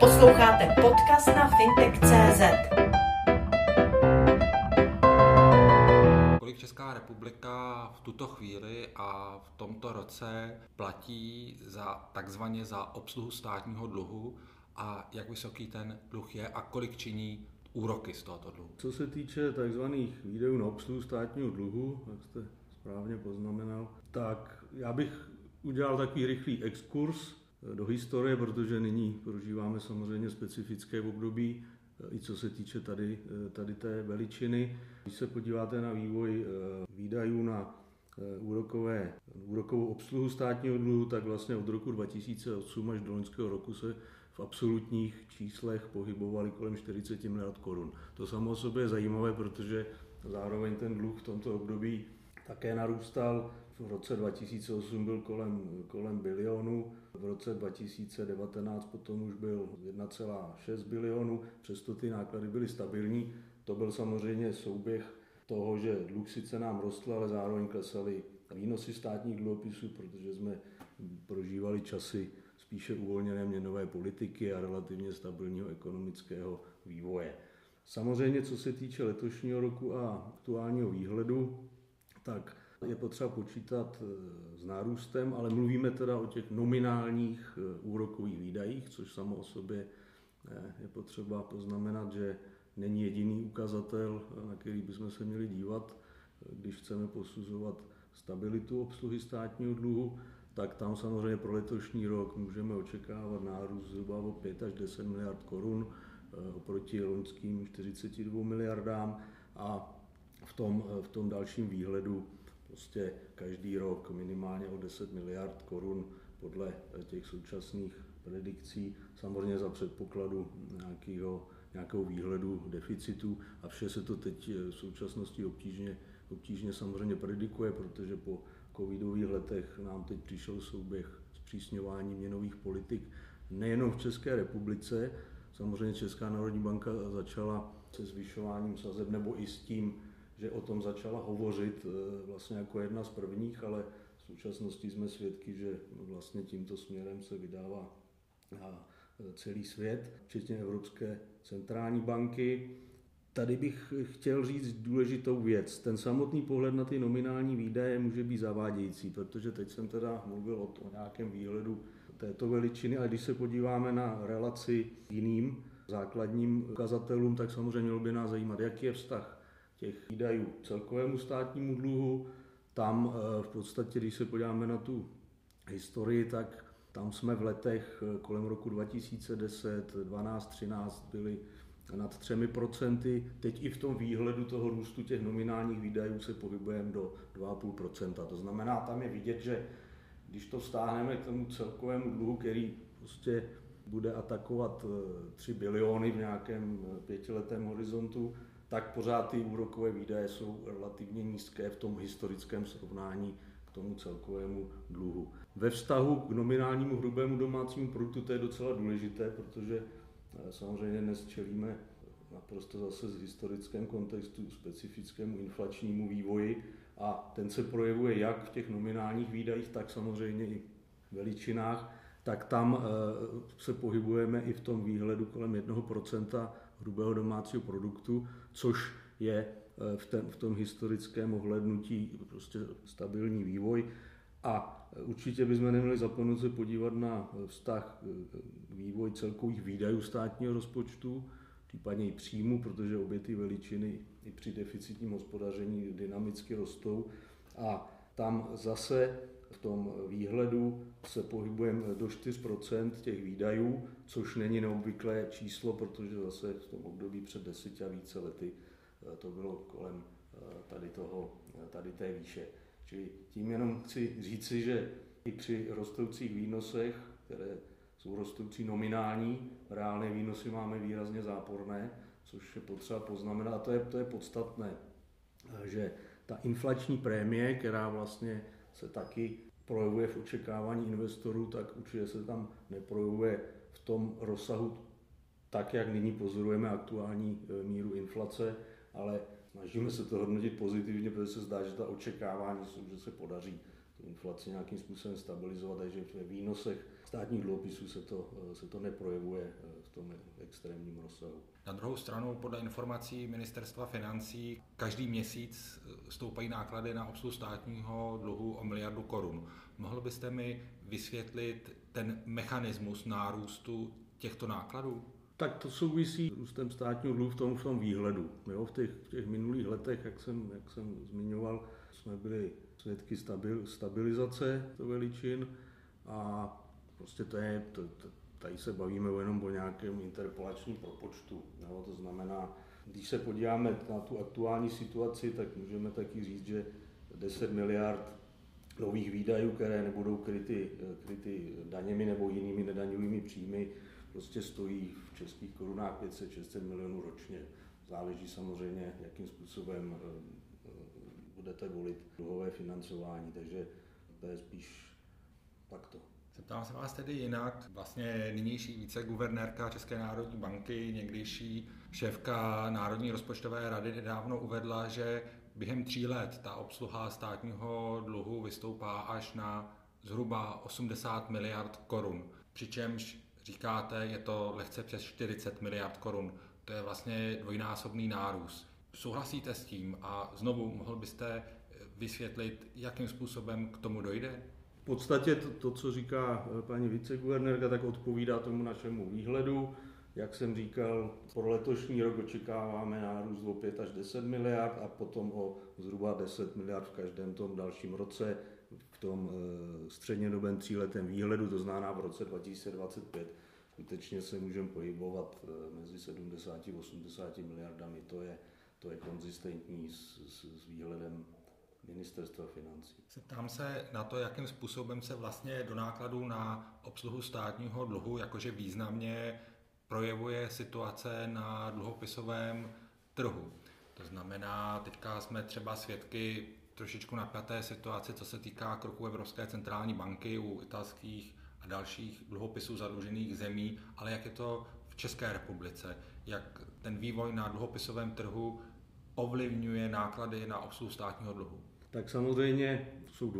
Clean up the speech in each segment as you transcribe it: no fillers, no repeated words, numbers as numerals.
Posloucháte podcast na fintech.cz. Kolik Česká republika v tuto chvíli a v tomto roce platí takzvaně za obsluhu státního dluhu a jak vysoký ten dluh je a kolik činí úroky z tohoto dluhu? Co se týče takzvaných výdajů na obsluhu státního dluhu, jak jste správně poznamenal, tak já bych udělal takový rychlý exkurs do historie, protože nyní prožíváme samozřejmě specifické období, i co se týče tady té veličiny. Když se podíváte na vývoj výdajů na úrokovou obsluhu státního dluhu, tak vlastně od roku 2008 až do loňského roku se v absolutních číslech pohybovaly kolem 40 miliard korun. To samo o sobě je zajímavé, protože zároveň ten dluh v tomto období také narůstal. V roce 2008 byl kolem bilionu, v roce 2019 potom už byl 1,6 bilionu, přesto ty náklady byly stabilní. To byl samozřejmě souběh toho, že dluh sice nám rostl, ale zároveň klesaly výnosy státních dluhopisů, protože jsme prožívali časy spíše uvolněné měnové politiky a relativně stabilního ekonomického vývoje. Samozřejmě, co se týče letošního roku a aktuálního výhledu, tak je potřeba počítat s nárůstem, ale mluvíme teda o těch nominálních úrokových výdajích, což samo o sobě je potřeba poznamenat, že není jediný ukazatel, na který bychom se měli dívat, když chceme posuzovat stabilitu obsluhy státního dluhu, tak tam samozřejmě pro letošní rok můžeme očekávat nárůst zhruba o 5 až 10 miliard korun oproti loňským 42 miliardám a v tom dalším výhledu prostě každý rok minimálně o 10 miliard korun podle těch současných predikcí, samozřejmě za předpokladu nějakého výhledu deficitu a vše se to teď v současnosti obtížně samozřejmě predikuje, protože po covidových letech nám teď přišel souběh zpřísňování měnových politik nejenom v České republice. Samozřejmě Česká národní banka začala se zvyšováním sazeb nebo i s tím, že o tom začala hovořit vlastně jako jedna z prvních, ale v současnosti jsme svědky, že vlastně tímto směrem se vydává celý svět, včetně Evropské centrální banky. Tady bych chtěl říct důležitou věc. Ten samotný pohled na ty nominální výdaje může být zavádějící, protože teď jsem teda mluvil o nějakém výhledu této veličiny, ale když se podíváme na relaci jiným základním ukazatelům, tak samozřejmě mělo by nás zajímat, jaký je vztah těch výdajů k celkovému státnímu dluhu. Tam v podstatě, když se podíváme na tu historii, tak tam jsme v letech kolem roku 2010, 12, 13 byli nad 3%. Teď i v tom výhledu toho růstu těch nominálních výdajů se pohybujeme do 2,5%. To znamená, tam je vidět, že když to vztáhneme k tomu celkovému dluhu, který prostě bude atakovat 3 biliony v nějakém 5letém horizontu, tak pořád ty úrokové výdaje jsou relativně nízké v tom historickém srovnání k tomu celkovému dluhu. Ve vztahu k nominálnímu hrubému domácímu produktu to je docela důležité, protože samozřejmě dnes čelíme naprosto zase z historickém kontextu specifickému inflačnímu vývoji a ten se projevuje jak v těch nominálních výdajích, tak samozřejmě i veličinách, tak tam se pohybujeme i v tom výhledu kolem 1% hrubého domácího produktu, což je v tom historickém ohlédnutí prostě stabilní vývoj. A určitě bychom neměli zapomenout se podívat na vztah vývoj celkových výdajů státního rozpočtu, případně i příjmu, protože obě ty veličiny i při deficitním hospodaření dynamicky rostou. A tam zase v tom výhledu se pohybujeme do 4% těch výdajů, což není neobvyklé číslo, protože zase v tom období před 10 a více lety to bylo kolem tady té výše. Čili tím jenom chci říci, že i při rostoucích výnosech, které jsou rostoucí nominální, reálné výnosy máme výrazně záporné, což je potřeba poznamenat. A to je podstatné, že ta inflační prémie, která vlastně se taky projevuje v očekávání investorů, tak určitě se tam neprojevuje v tom rozsahu tak, jak nyní pozorujeme aktuální míru inflace, ale snažíme se to hodnotit pozitivně, protože se zdá, že ta očekávání jsou, že se podaří inflaci nějakým způsobem stabilizovat, takže ve výnosech státních dluhopisů se to neprojevuje v tom extrémním rozsahu. Na druhou stranu, podle informací Ministerstva financí, každý měsíc stoupají náklady na obsluhu státního dluhu o 1 miliardu korun. Mohl byste mi vysvětlit ten mechanismus nárůstu těchto nákladů? Tak to souvisí s růstem státního dluhu v tom výhledu. Jo, v těch minulých letech, jak jsem zmiňoval, jsme byli svědky stabilizace veličin a prostě tady se bavíme jenom o nějakém interpolačním propočtu. Jo, to znamená, když se podíváme na tu aktuální situaci, tak můžeme taky říct, že 10 miliard nových výdajů, které nebudou kryty daněmi nebo jinými nedaňovými příjmy, prostě stojí v českých korunách 500-600 milionů ročně. Záleží samozřejmě, jakým způsobem budete volit dluhové financování, takže to je spíš takto. Zeptám se vás tedy jinak. Vlastně nynější viceguvernérka České národní banky, někdejší šéfka Národní rozpočtové rady nedávno uvedla, že během 3 let ta obsluha státního dluhu vystoupá až na zhruba 80 miliard korun. Přičemž říkáte, je to lehce přes 40 miliard korun. To je vlastně dvojnásobný nárůst. Souhlasíte s tím a znovu mohl byste vysvětlit, jakým způsobem k tomu dojde? V podstatě to, co říká paní viceguvernérka, tak odpovídá tomu našemu výhledu. Jak jsem říkal, pro letošní rok očekáváme nárůst o 5 až 10 miliard a potom o zhruba 10 miliard v každém tom dalším roce v tom střednědobém 3letém výhledu, to znamená v roce 2025. Skutečně se můžeme pohybovat mezi 70 a 80 miliardami. To je konzistentní s výhledem Ministerstva financí. Ptám se na to, jakým způsobem se vlastně do nákladů na obsluhu státního dluhu jakože významně projevuje situace na dluhopisovém trhu. To znamená, teďka jsme třeba svědky trošičku napjaté situace, co se týká kroků Evropské centrální banky u italských a dalších dluhopisů zadlužených zemí, ale jak je to v České republice, jak ten vývoj na dluhopisovém trhu ovlivňuje náklady na obsluhu státního dluhu. Tak samozřejmě jsou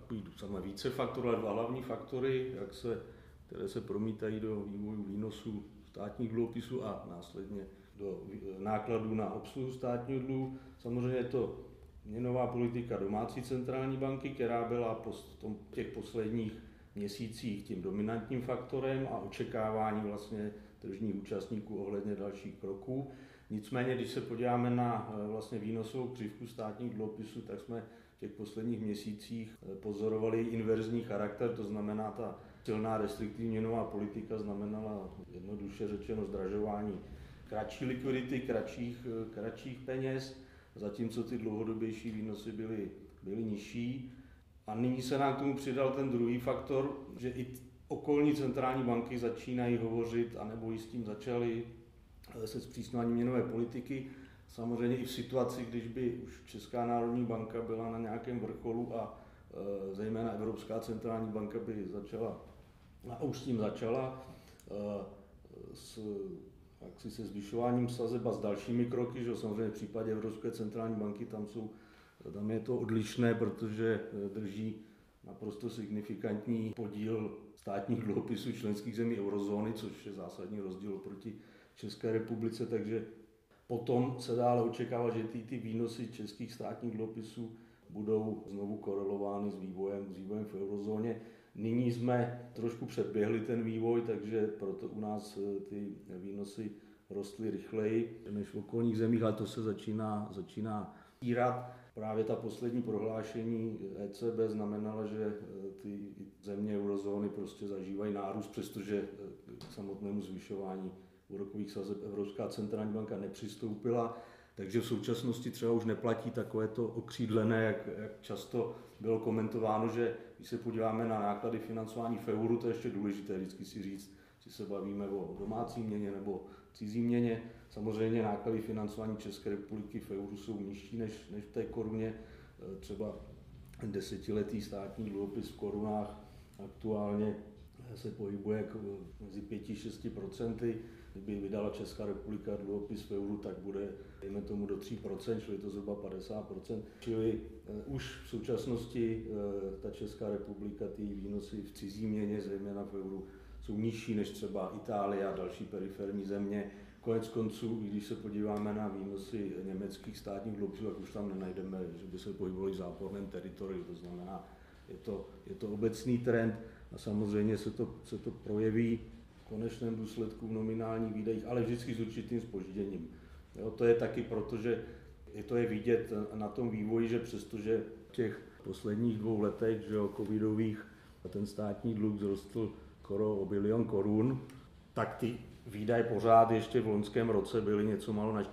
více faktorů, ale 2 hlavní faktory, které se promítají do vývoju výnosů státních dluhopisů a následně do nákladů na obsluhu státního dluhu. Samozřejmě je to měnová politika domácí centrální banky, která byla v těch posledních měsících tím dominantním faktorem a očekávání vlastně tržních účastníků ohledně dalších kroků. Nicméně, když se podíváme na vlastně výnosovou křivku státních dluhopisů, tak jsme v těch posledních měsících pozorovali inverzní charakter, to znamená ta silná restriktivní měnová politika znamenala jednoduše řečeno zdražování kratší likvidity, kratších peněz, zatímco ty dlouhodobější výnosy byly nižší. A nyní se nám k tomu přidal ten druhý faktor, že i okolní centrální banky začínají hovořit, anebo i s tím začaly se zpřísňováním měnové politiky. Samozřejmě i v situaci, když by už Česká národní banka byla na nějakém vrcholu a zejména Evropská centrální banka by začala, a už s tím začala, se zvyšováním sazeb a s dalšími kroky, že samozřejmě v případě Evropské centrální banky tam je to odlišné, protože drží naprosto signifikantní podíl státních dluhopisů členských zemí eurozóny, což je zásadní rozdíl oproti České republice, takže potom se dále očekává, že ty výnosy českých státních dluhopisů budou znovu korelovány s vývojem v eurozóně. Nyní jsme trošku předběhli ten vývoj, takže proto u nás ty výnosy rostly rychleji než v okolních zemích, ale to se začíná stírat. Právě ta poslední prohlášení ECB znamenala, že ty země eurozóny prostě zažívají nárůst, přestože k samotnému zvyšování úrokových sazeb Evropská centrální banka nepřistoupila, takže v současnosti třeba už neplatí takové to okřídlené, jak často bylo komentováno, že když se podíváme na náklady financování v euru, to je ještě důležité vždycky si říct, či se bavíme o domácí měně nebo cizí měně. Samozřejmě náklady financování České republiky v euru jsou nižší než v té koruně. Třeba 10letý státní dluhopis v korunách aktuálně se pohybuje mezi 5-6%. Kdyby vydala Česká republika dluhopis v euru, tak bude, dejme tomu, do 3%, čili to zhruba 50%. Čili už v současnosti ta Česká republika, ty výnosy v cizí měně, zejména v euru, jsou nižší než třeba Itálie a další periferní země. Konec konců, když se podíváme na výnosy německých státních dluhopisů, tak už tam nenajdeme, že by se pohybovali v záporném teritoriu. To znamená, je to obecný trend a samozřejmě se to projeví v konečném důsledku v nominálních výdajích, ale vždycky s určitým zpožděním. Jo, to je taky proto, že to je vidět na tom vývoji, že přestože v těch posledních 2 letech, že covidových, ten státní dluh vzrostl skoro o 1 bilion korun, tak ty výdaje pořád ještě v loňském roce byly něco málo na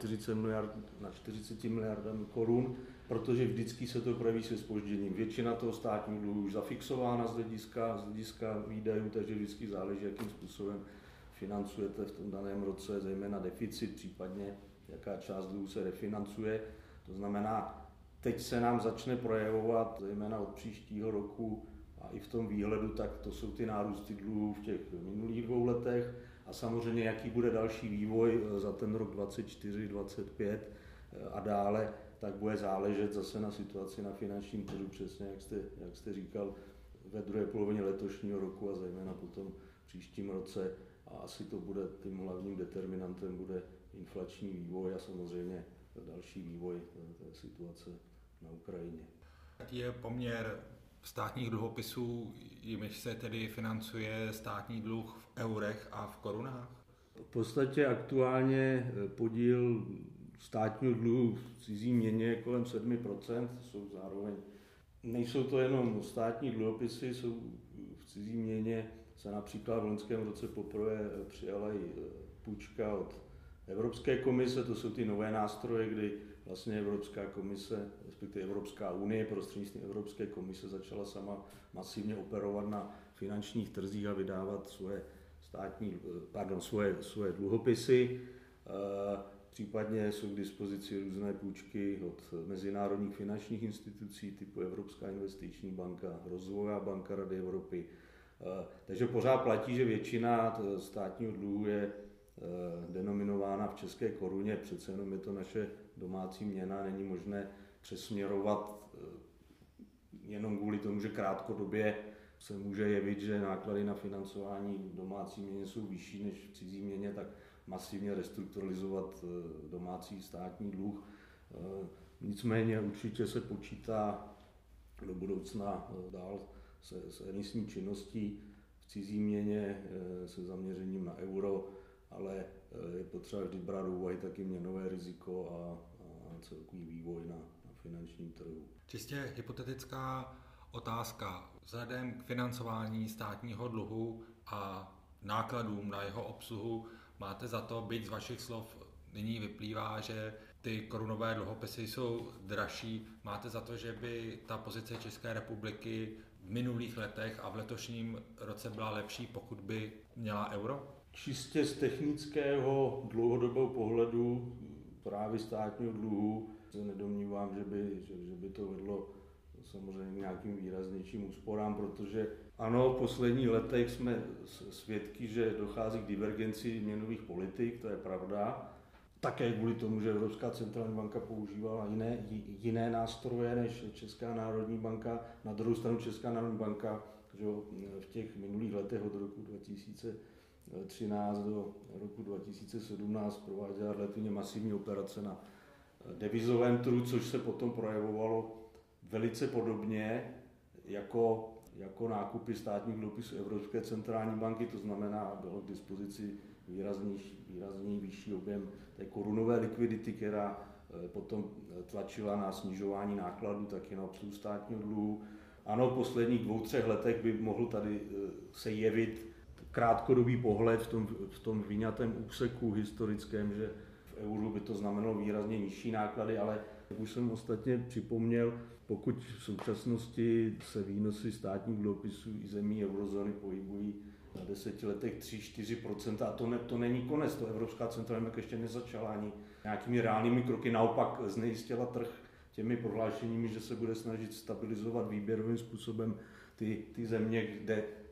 40 miliardami korun, protože vždycky se to projeví se zpožděním. Většina toho státního dluhu už zafixována z hlediska výdajů, takže vždycky záleží, jakým způsobem financujete v tom daném roce, zejména deficit, případně jaká část dluhu se refinancuje. To znamená, teď se nám začne projevovat, zejména od příštího roku a i v tom výhledu, tak to jsou ty nárůsty dluhů v těch minulých 2 letech a samozřejmě jaký bude další vývoj za ten rok 2024, 2025 a dále, tak bude záležet zase na situaci na finančním trhu, přesně jak jste říkal, ve druhé polovině letošního roku a zejména potom v příštím roce. A asi to bude tím hlavním determinantem bude inflační vývoj a samozřejmě další vývoj té situace na Ukrajině. Jaký je poměr státních dluhopisů, jimiž se tedy financuje státní dluh v eurech a v korunách? V podstatě aktuálně podíl státního dluhu v cizí měně je kolem 7%, jsou zároveň. Nejsou to jenom státní dluhopisy, jsou v cizí měně, se například v loňském roce poprvé přijala i půjčka od Evropské komise, to jsou ty nové nástroje, kdy vlastně Evropská komise, respektive Evropská unie prostřednictvím Evropské komise začala sama masivně operovat na finančních trzích a vydávat svoje dluhopisy. Případně jsou k dispozici různé půjčky od mezinárodních finančních institucí typu Evropská investiční banka, Rozvojová banka Rady Evropy. Takže pořád platí, že většina státního dluhu je denominována v české koruně, přece jenom je to naše domácí měna, není možné přesměrovat jenom kvůli tomu, že krátkodobě se může jevit, že náklady na financování domácí měny jsou vyšší než v cizí měně, tak masivně restrukturalizovat domácí státní dluh. Nicméně určitě se počítá do budoucna dál s emisní činností v cizí měně se zaměřením na euro, ale je potřeba vždy brát do úvahy taky měnové riziko a celkový vývoj na finančním trhu. Čistě hypotetická otázka. Vzhledem k financování státního dluhu a nákladům na jeho obsluhu máte za to, byť z vašich slov nyní vyplývá, že ty korunové dluhopisy jsou dražší, máte za to, že by ta pozice České republiky v minulých letech a v letošním roce byla lepší, pokud by měla euro? Čistě z technického dlouhodobého pohledu právě státního dluhu se nedomnívám, že by to vedlo samozřejmě nějakým výraznějším úsporám, protože ano, v posledních letech jsme svědky, že dochází k divergenci měnových politik, to je pravda. Také kvůli tomu, že Evropská centrální banka používala jiné nástroje než Česká národní banka. Na druhou stranu Česká národní banka, že v těch minulých letech od roku 2013 do roku 2017 prováděla relativně masivní operace na devizovém trhu, což se potom projevovalo velice podobně jako nákupy státních dluhopisů Evropské centrální banky, to znamená, bylo k dispozici výrazně vyšší objem té korunové likvidity, která potom tlačila na snižování nákladů, taky na obsluhu státního dluhu. Ano, v posledních 2-3 letech by mohl tady se jevit krátkodobý pohled v tom vyňatém úseku historickém, že v euru by to znamenalo výrazně nižší náklady, ale jak už jsem ostatně připomněl, pokud v současnosti se výnosy státních dluhopisů i zemí eurozóny pohybují na 10 letech 3-4%, a to není konec, to Evropská centrální banka ještě nezačala ani nějakými reálnými kroky, naopak znejistila trh těmi prohlášeními, že se bude snažit stabilizovat výběrovým způsobem ty země, kde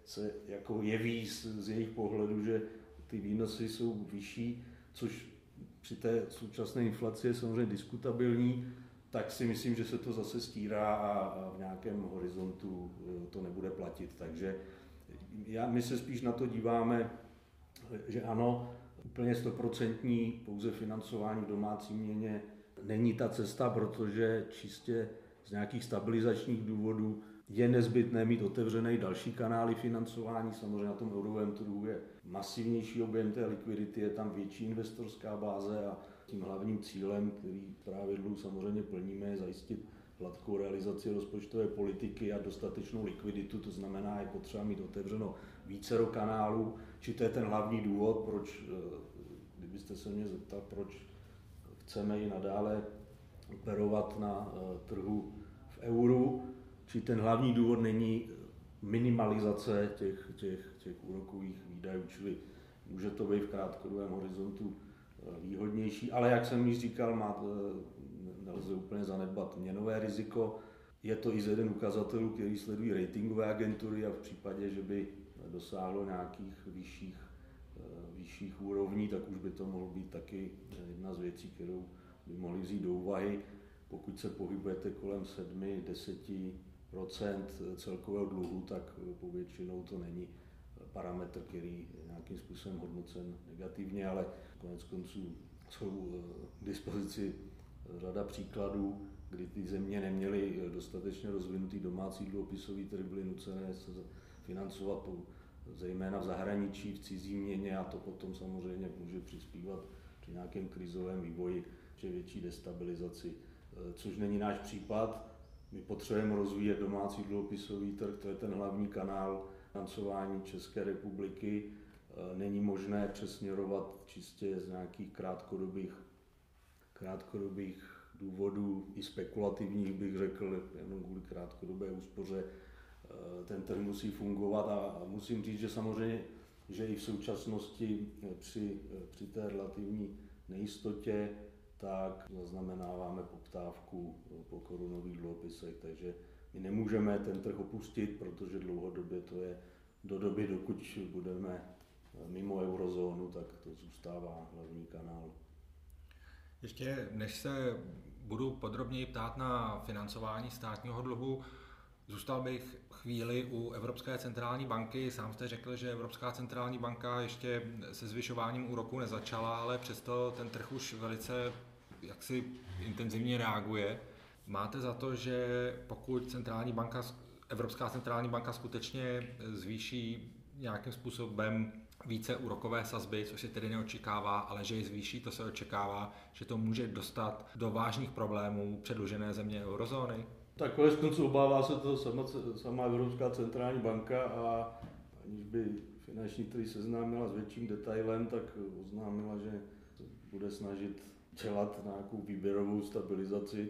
se jako jeví z jejich pohledu, že ty výnosy jsou vyšší, což při té současné inflaci je samozřejmě diskutabilní, tak si myslím, že se to zase stírá a v nějakém horizontu to nebude platit. Takže my se spíš na to díváme, že ano, úplně 100% pouze financování v domácí měně není ta cesta, protože čistě z nějakých stabilizačních důvodů je nezbytné mít otevřené další kanály financování. Samozřejmě na tom eurovém trhu je masivnější objem té likvidity, je tam větší investorská báze a tím hlavním cílem, který pravidlu samozřejmě plníme, je zajistit hladkou realizaci rozpočtové politiky a dostatečnou likviditu, to znamená, je potřeba mít otevřeno vícero kanálů, či to je ten hlavní důvod, proč, kdybyste se mě zeptal, proč chceme i nadále operovat na trhu v euru, či ten hlavní důvod není minimalizace těch úrokových výdajů, čili může to být v krátkodobém horizontu výhodnější, ale jak jsem již říkal, nelze úplně zanedbat měnové riziko. Je to i z jeden ukazatelů, který sledují ratingové agentury a v případě, že by dosáhlo nějakých vyšších úrovní, tak už by to mohlo být taky jedna z věcí, kterou by mohli vzít do úvahy. Pokud se pohybujete kolem 7-10% celkového dluhu, tak povětšinou to není parametr, který je nějakým způsobem hodnocen negativně, ale konec konců jsou k dispozici řada příkladů, kdy ty země neměly dostatečně rozvinutý domácí dluhopisový trh, byly nucené se financovat zejména v zahraničí, v cizí měně a to potom samozřejmě může přispívat při nějakém krizovém vývoji, při větší destabilizaci, což není náš případ. My potřebujeme rozvíjet domácí dluhopisový trh, to je ten hlavní kanál financování České republiky. Není možné přesměrovat čistě z nějakých krátkodobých důvodů, i spekulativních bych řekl, jenom kvůli krátkodobé úspoře. Ten trh musí fungovat a musím říct, že samozřejmě, že i v současnosti při té relativní nejistotě, tak zaznamenáváme poptávku po korunových dluhopisech, takže my nemůžeme ten trh opustit, protože dlouhodobě to je do doby, dokud budeme mimo eurozónu, tak to zůstává hlavní kanál. Ještě než se budu podrobněji ptát na financování státního dluhu, zůstal bych chvíli u Evropské centrální banky. Sám jste řekl, že Evropská centrální banka ještě se zvyšováním úroků nezačala, ale přesto ten trh už velice jaksi intenzivně reaguje. Máte za to, že pokud Evropská centrální banka skutečně zvýší nějakým způsobem více úrokové sazby, což se tedy neočekává, ale že ji zvýší, to se očekává, že to může dostat do vážných problémů předlužené země eurozóny? Tak konec konců obává se to sama Evropská centrální banka a aniž by finanční trhy seznámila s větším detailem, tak oznámila, že se bude snažit dělat nějakou výběrovou stabilizaci,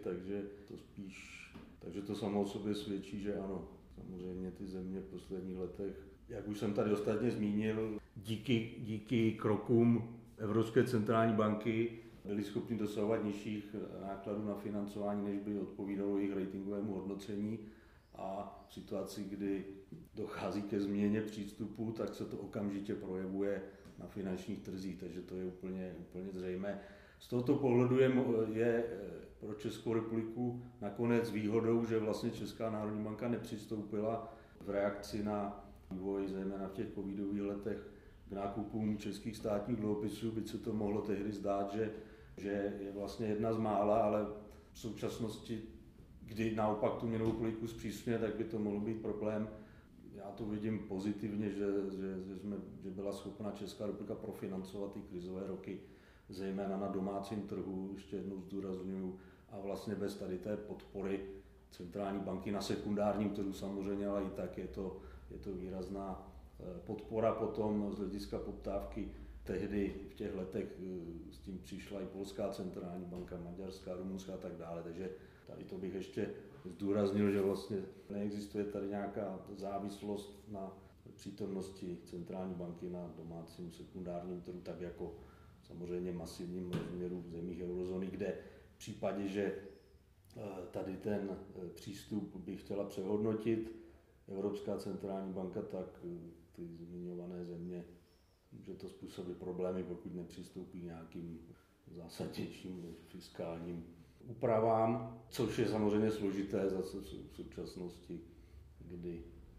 takže to samo o sobě svědčí, že ano, samozřejmě ty země v posledních letech, jak už jsem tady ostatně zmínil, díky krokům Evropské centrální banky byli schopni dosahovat nižších nákladů na financování, než by odpovídalo jejich ratingovému hodnocení. A v situaci, kdy dochází ke změně přístupu, tak se to okamžitě projevuje na finančních trzích, takže to je úplně zřejmé. Z tohoto pohledu je pro Českou republiku nakonec výhodou, že vlastně Česká národní banka nepřistoupila v reakci na vývoj, zejména v těch covidových letech, k nákupům českých státních dluhopisů, byť se to mohlo tehdy zdát, že je vlastně jedna z mála, ale v současnosti, kdy naopak tu měnovou politiku zpřísňuje, tak by to mohl být problém. Já to vidím pozitivně, že byla schopna Česká republika profinancovat ty krizové roky, zejména na domácím trhu, ještě jednou zdůrazňuju, a vlastně bez tady té podpory centrální banky na sekundárním trhu samozřejmě, ale i tak je to výrazná podpora potom z hlediska poptávky. Tehdy v těch letech s tím přišla i Polská centrální banka, Maďarská, Rumunská a tak dále, takže tady to bych ještě zdůraznil, že vlastně neexistuje tady nějaká závislost na přítomnosti centrální banky na domácím sekundárním trhu, tak jako samozřejmě masivním rozměru v zemích eurozóny, kde v případě, že tady ten přístup by chtěla přehodnotit, Evropská centrální banka, tak ty zmiňované země může to způsobit problémy, pokud nepřistoupí k nějakým zásadnějším fiskálním úpravám, což je samozřejmě složité zase v současnosti, kdy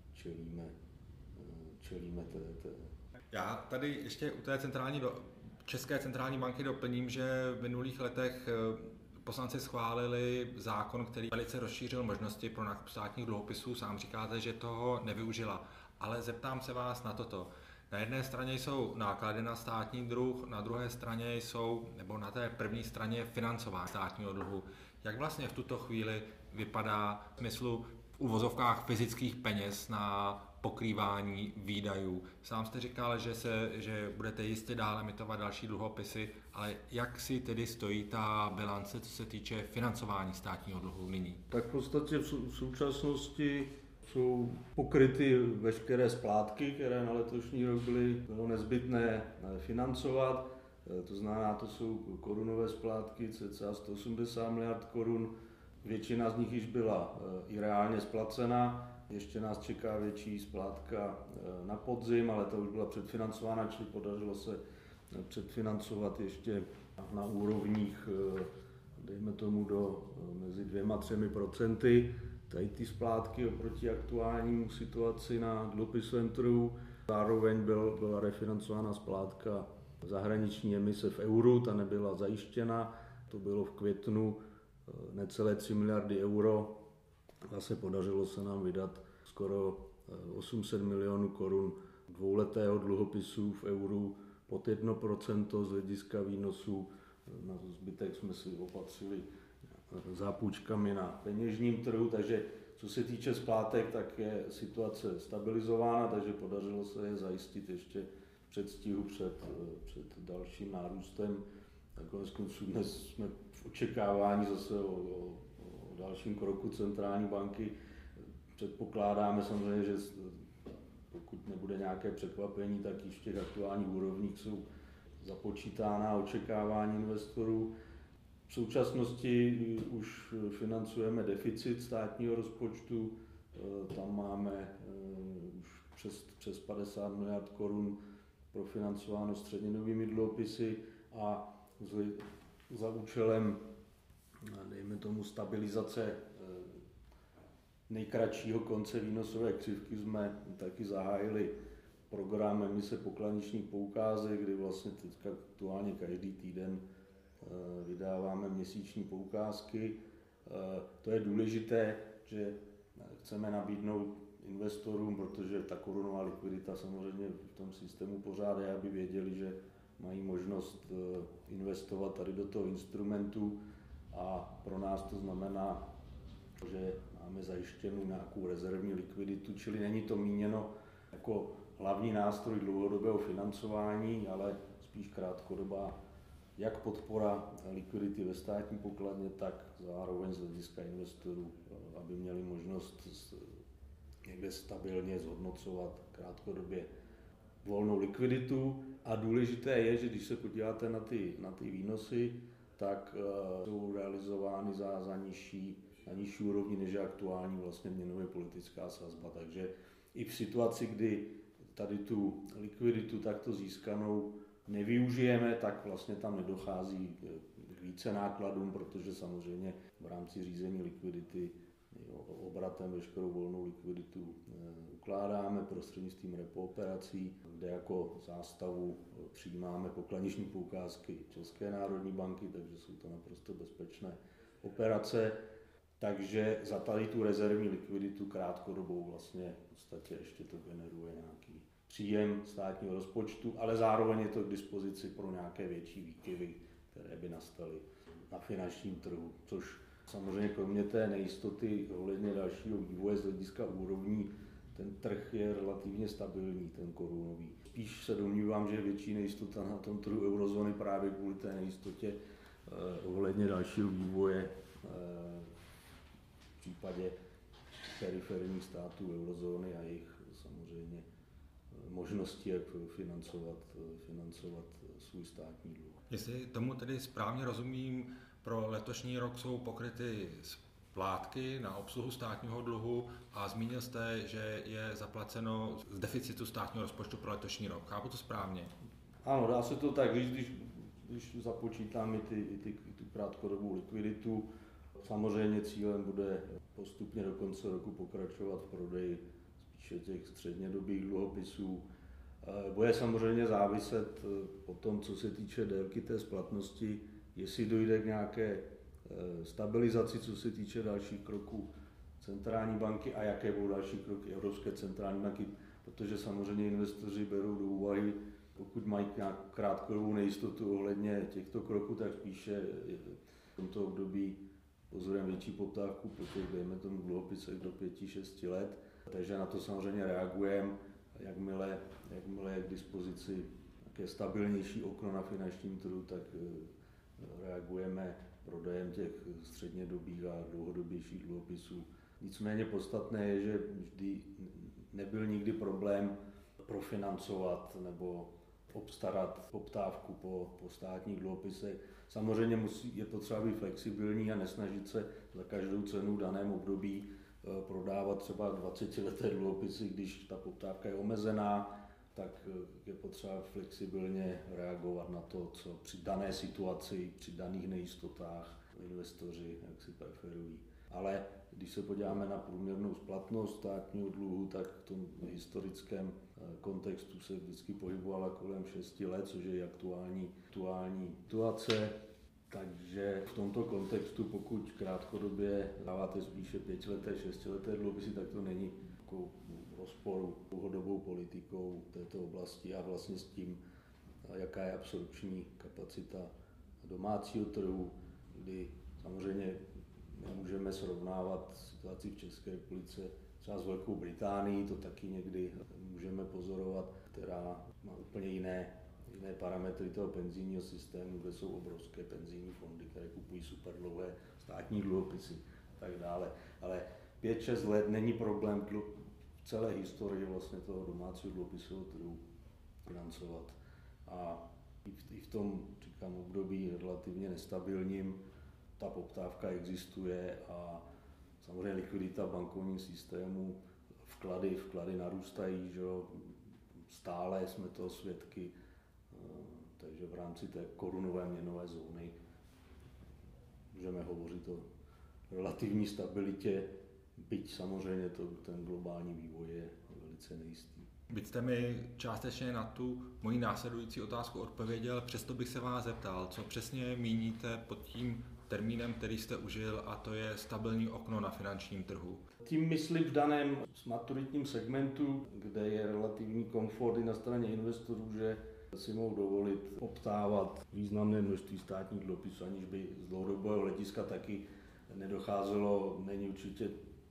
čelíme té. Já tady ještě u té České centrální banky doplním, že v minulých letech poslanci schválili zákon, který velice rozšířil možnosti pro nákup státních dluhopisů. Sám říkáte, že toho nevyužila. Ale zeptám se vás na toto. Na jedné straně jsou náklady na státní dluh, na druhé straně nebo na té první straně financování státního dluhu. Jak vlastně v tuto chvíli vypadá v smyslu v uvozovkách fyzických peněz na pokrývání výdajů? Sám jste říkal, že budete jistě dál emitovat další dluhopisy, ale jak si tedy stojí ta bilance, co se týče financování státního dluhu nyní? Tak v podstatě v současnosti jsou pokryty veškeré splátky, které na letošní rok bylo nezbytné financovat. To znamená, to jsou korunové splátky, cca 180 miliard korun. Většina z nich již byla i reálně splacena. Ještě nás čeká větší splátka na podzim, ale ta už byla předfinancována, čili podařilo se předfinancovat ještě na úrovních, dejme tomu, mezi 2–3%. Tady ty splátky oproti aktuálnímu situaci na dluhopisovém trhu. Zároveň byla refinancována splátka zahraniční emise v euru, ta nebyla zajištěna. To bylo v květnu necelé 3 miliardy euro. Zase podařilo se nám vydat skoro 800 milionů korun dvouletého dluhopisu v euru pod 1% z hlediska výnosů. Na zbytek jsme si opatřili zápůjčkami na peněžním trhu, takže co se týče splátek, tak je situace stabilizována, takže podařilo se je zajistit ještě v předstihu před dalším nárůstem. Koneckonců dnes jsme v očekávání zase o dalším kroku centrální banky. Předpokládáme samozřejmě, že pokud nebude nějaké překvapení, tak již v těch aktuálních úrovních jsou započítána očekávání investorů. V současnosti už financujeme deficit státního rozpočtu, tam máme už přes 50 miliard korun profinancováno střednědobými dluhopisy a za účelem, dejme tomu, stabilizace nejkratšího konce výnosové křivky jsme taky zahájili program emise pokladničních poukázek, kdy vlastně teďka aktuálně každý týden vydáváme měsíční poukázky. To je důležité, že chceme nabídnout investorům, protože ta korunová likvidita samozřejmě v tom systému pořád je, aby věděli, že mají možnost investovat tady do toho instrumentu a pro nás to znamená, že máme zajištěnou nějakou rezervní likviditu, čili není to míněno jako hlavní nástroj dlouhodobého financování, ale spíš krátkodobá jak podpora likvidity ve státní pokladně, tak zároveň z hlediska investorů, aby měli možnost někde stabilně zhodnocovat krátkodobě volnou likviditu. A důležité je, že když se podíváte na ty výnosy, tak jsou realizovány za nižší úrovni, než je aktuální vlastně měnově politická sazba. Takže i v situaci, kdy tady tu likviditu takto získanou nevyužijeme, tak vlastně tam nedochází k více nákladům, protože samozřejmě v rámci řízení likvidity obratem veškerou volnou likviditu ukládáme prostřednictvím repo operací, kde jako zástavu přijímáme pokladniční poukázky České národní banky, takže jsou to naprosto bezpečné operace. Takže za tady tu rezervní likviditu krátkodobou vlastně v podstatě ještě to generuje nějaký příjem státního rozpočtu, ale zároveň je to k dispozici pro nějaké větší výkyvy, které by nastaly na finančním trhu, což samozřejmě kromě té nejistoty ohledně dalšího vývoje z hlediska úrovní, ten trh je relativně stabilní, ten korunový. Spíš se domnívám, že je větší nejistota na tom trhu eurozóny právě kvůli té nejistotě ohledně dalšího vývoje v případě periferních států eurozóny a jejich samozřejmě možnosti, jak financovat svůj státní dluh. Jestli tomu tedy správně rozumím, pro letošní rok jsou pokryty splátky na obsluhu státního dluhu a zmínil jste, že je zaplaceno z deficitu státního rozpočtu pro letošní rok. Chápu to správně? Ano, dá se to tak, když započítáme tu krátkodobou likviditu, samozřejmě cílem bude postupně do konce roku pokračovat v prodeji spíše těch střednědobých dluhopisů. Bude samozřejmě záviset po tom, co se týče délky té splatnosti, jestli dojde k nějaké stabilizaci, co se týče dalších kroků centrální banky a jaké budou další kroky Evropské centrální banky, protože samozřejmě investoři berou do úvahy, pokud mají nějakou krátkodobou nejistotu ohledně těchto kroků, tak spíše v tomto období pozorujeme větší poptávku po těch, dejme tomu, dluhopisech do 5-6 let, takže na to samozřejmě reagujeme, jakmile je k dispozici nějaké stabilnější okno na finančním trhu, tak reagujeme prodejem těch střednědobých a dlouhodobějších dluhopisů. Nicméně podstatné je, že vždy nebyl nikdy problém profinancovat nebo obstarat poptávku po státních dluhopisech. Samozřejmě je potřeba být flexibilní a nesnažit se za každou cenu v daném období prodávat třeba 20leté dluhopisy, když ta poptávka je omezená, tak je potřeba flexibilně reagovat na to, co při dané situaci, při daných nejistotách investoři jak si preferují. Ale když se podíváme na průměrnou splatnost státního dluhu, tak v tom historickém kontextu se vždycky pohybovala kolem 6 let, což je aktuální situace. Takže v tomto kontextu, pokud krátkodobě dáváte spíše 5leté, 6leté dluhopisy, tak to není jako v rozporu s dlouhodobou politikou této oblasti a vlastně s tím, jaká je absorpční kapacita domácího trhu, kdy samozřejmě můžeme srovnávat situaci v České republice třeba s Velkou Británií, to taky někdy můžeme pozorovat, která má úplně jiné parametry toho penzijního systému, kde jsou obrovské penzijní fondy, které kupují super dlouhé státní dluhopisy a tak dále. Ale 5-6 let není problém v celé historii vlastně toho domácího dluhopisového trhu financovat. A i v tom, říkám, období relativně nestabilním ta poptávka existuje a samozřejmě likvidita v bankovním systému, vklady narůstají, že jo, stále jsme toho svědky, takže v rámci té korunové měnové zóny můžeme hovořit o relativní stabilitě, byť samozřejmě ten globální vývoj je velice nejistý. Byť jste mi částečně na tu moji následující otázku odpověděl, přesto bych se vás zeptal, co přesně míníte pod tím termínem, který jste užil, a to je stabilní okno na finančním trhu. Tím myslím v daném maturitním segmentu, kde je relativní komfort i na straně investorů, že si mohou dovolit poptávat významné množství státních dluhopisů, aniž by z dlouhodobého hlediska taky nedocházelo, není určitě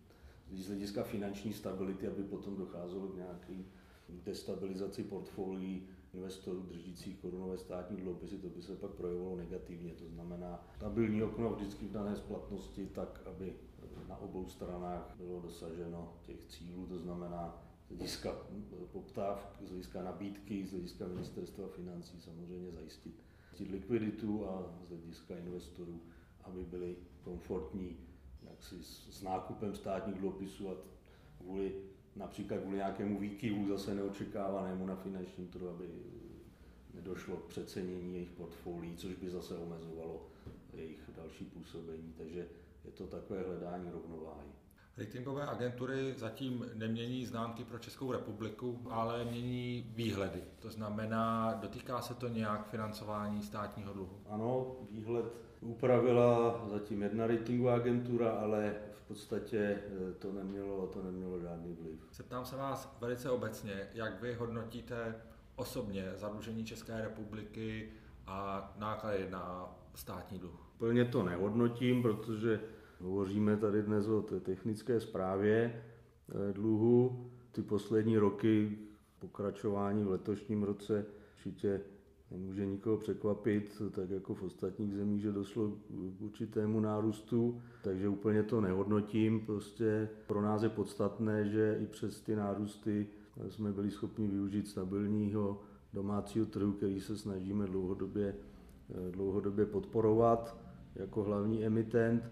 z hlediska finanční stability, aby potom docházelo k nějaké destabilizaci portfolií investorů držících korunové státní dluhopisy, to by se pak projevilo negativně. To znamená stabilní okno vždycky v dané splatnosti tak, aby na obou stranách bylo dosaženo těch cílů, to znamená z hlediska poptávky, z hlediska nabídky, z hlediska ministerstva financí samozřejmě zajistit likviditu a z hlediska investorů, aby byli komfortní jaksi s nákupem státních dluhopisů a například kvůli nějakému výkyvu zase neočekávanému na finančním trhu, aby nedošlo k přecenění jejich portfolií, což by zase omezovalo jejich další působení. Takže je to takové hledání rovnováhy. Ratingové agentury zatím nemění známky pro Českou republiku, ale mění výhledy. To znamená, dotýká se to nějak financování státního dluhu? Ano, výhled upravila zatím jedna ratingová agentura, ale v podstatě to nemělo žádný vliv. Zeptám se vás velice obecně, jak vy hodnotíte osobně zadlužení České republiky a náklady na státní dluh? Plně to nehodnotím, protože hovoříme tady dnes o té technické správě dluhu. Ty poslední roky pokračování v letošním roce určitě nemůže nikoho překvapit, tak jako v ostatních zemích, že došlo k určitému nárůstu, takže úplně to nehodnotím. Prostě pro nás je podstatné, že i přes ty nárůsty jsme byli schopni využít stabilního domácího trhu, který se snažíme dlouhodobě podporovat jako hlavní emitent.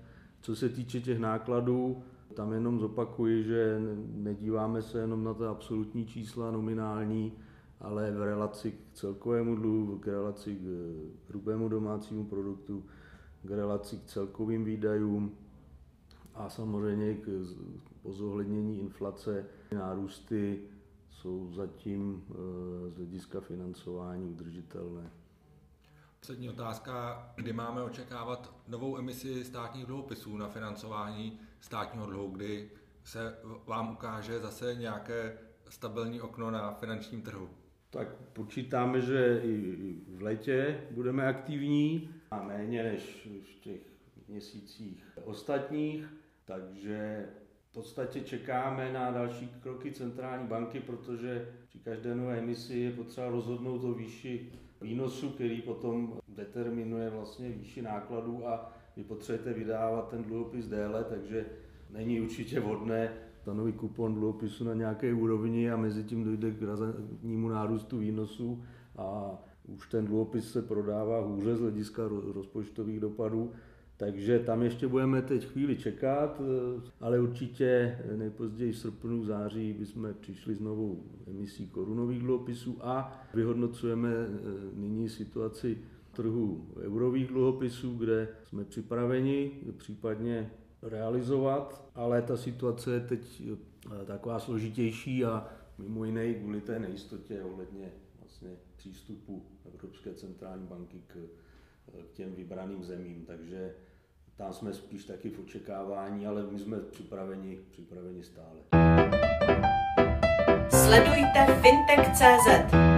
Co se týče těch nákladů, tam jenom zopakuji, že nedíváme se jenom na ta absolutní čísla nominální, ale v relaci k celkovému dluhu, k relaci k hrubému domácímu produktu, k relaci k celkovým výdajům a samozřejmě po zohlednění inflace. Nárůsty jsou zatím z hlediska financování udržitelné. Poslední otázka, kdy máme očekávat novou emisi státních dluhopisů na financování státního dluhu, kdy se vám ukáže zase nějaké stabilní okno na finančním trhu? Tak počítáme, že i v létě budeme aktivní a méně než v těch měsících ostatních, takže v podstatě čekáme na další kroky centrální banky, protože při každé nové emisi je potřeba rozhodnout o výši výnosu, který potom determinuje vlastně výši nákladů a vy potřebujete vydávat ten dluhopis déle, takže není určitě vhodné stanovit kupon dluhopisu na nějaké úrovni a mezi tím dojde k razantnímu nárůstu výnosů a už ten dluhopis se prodává hůře z hlediska rozpočtových dopadů. Takže tam ještě budeme teď chvíli čekat, ale určitě nejpozději v srpnu, září bychom přišli s novou emisí korunových dluhopisů a vyhodnocujeme nyní situaci trhu eurových dluhopisů, kde jsme připraveni případně realizovat, ale ta situace je teď taková složitější a mimo jiné kvůli té nejistotě ohledně vlastně přístupu Evropské centrální banky k těm vybraným zemím, takže tam jsme spíš taky v očekávání, ale my jsme připraveni stále. Sledujte fintech.cz.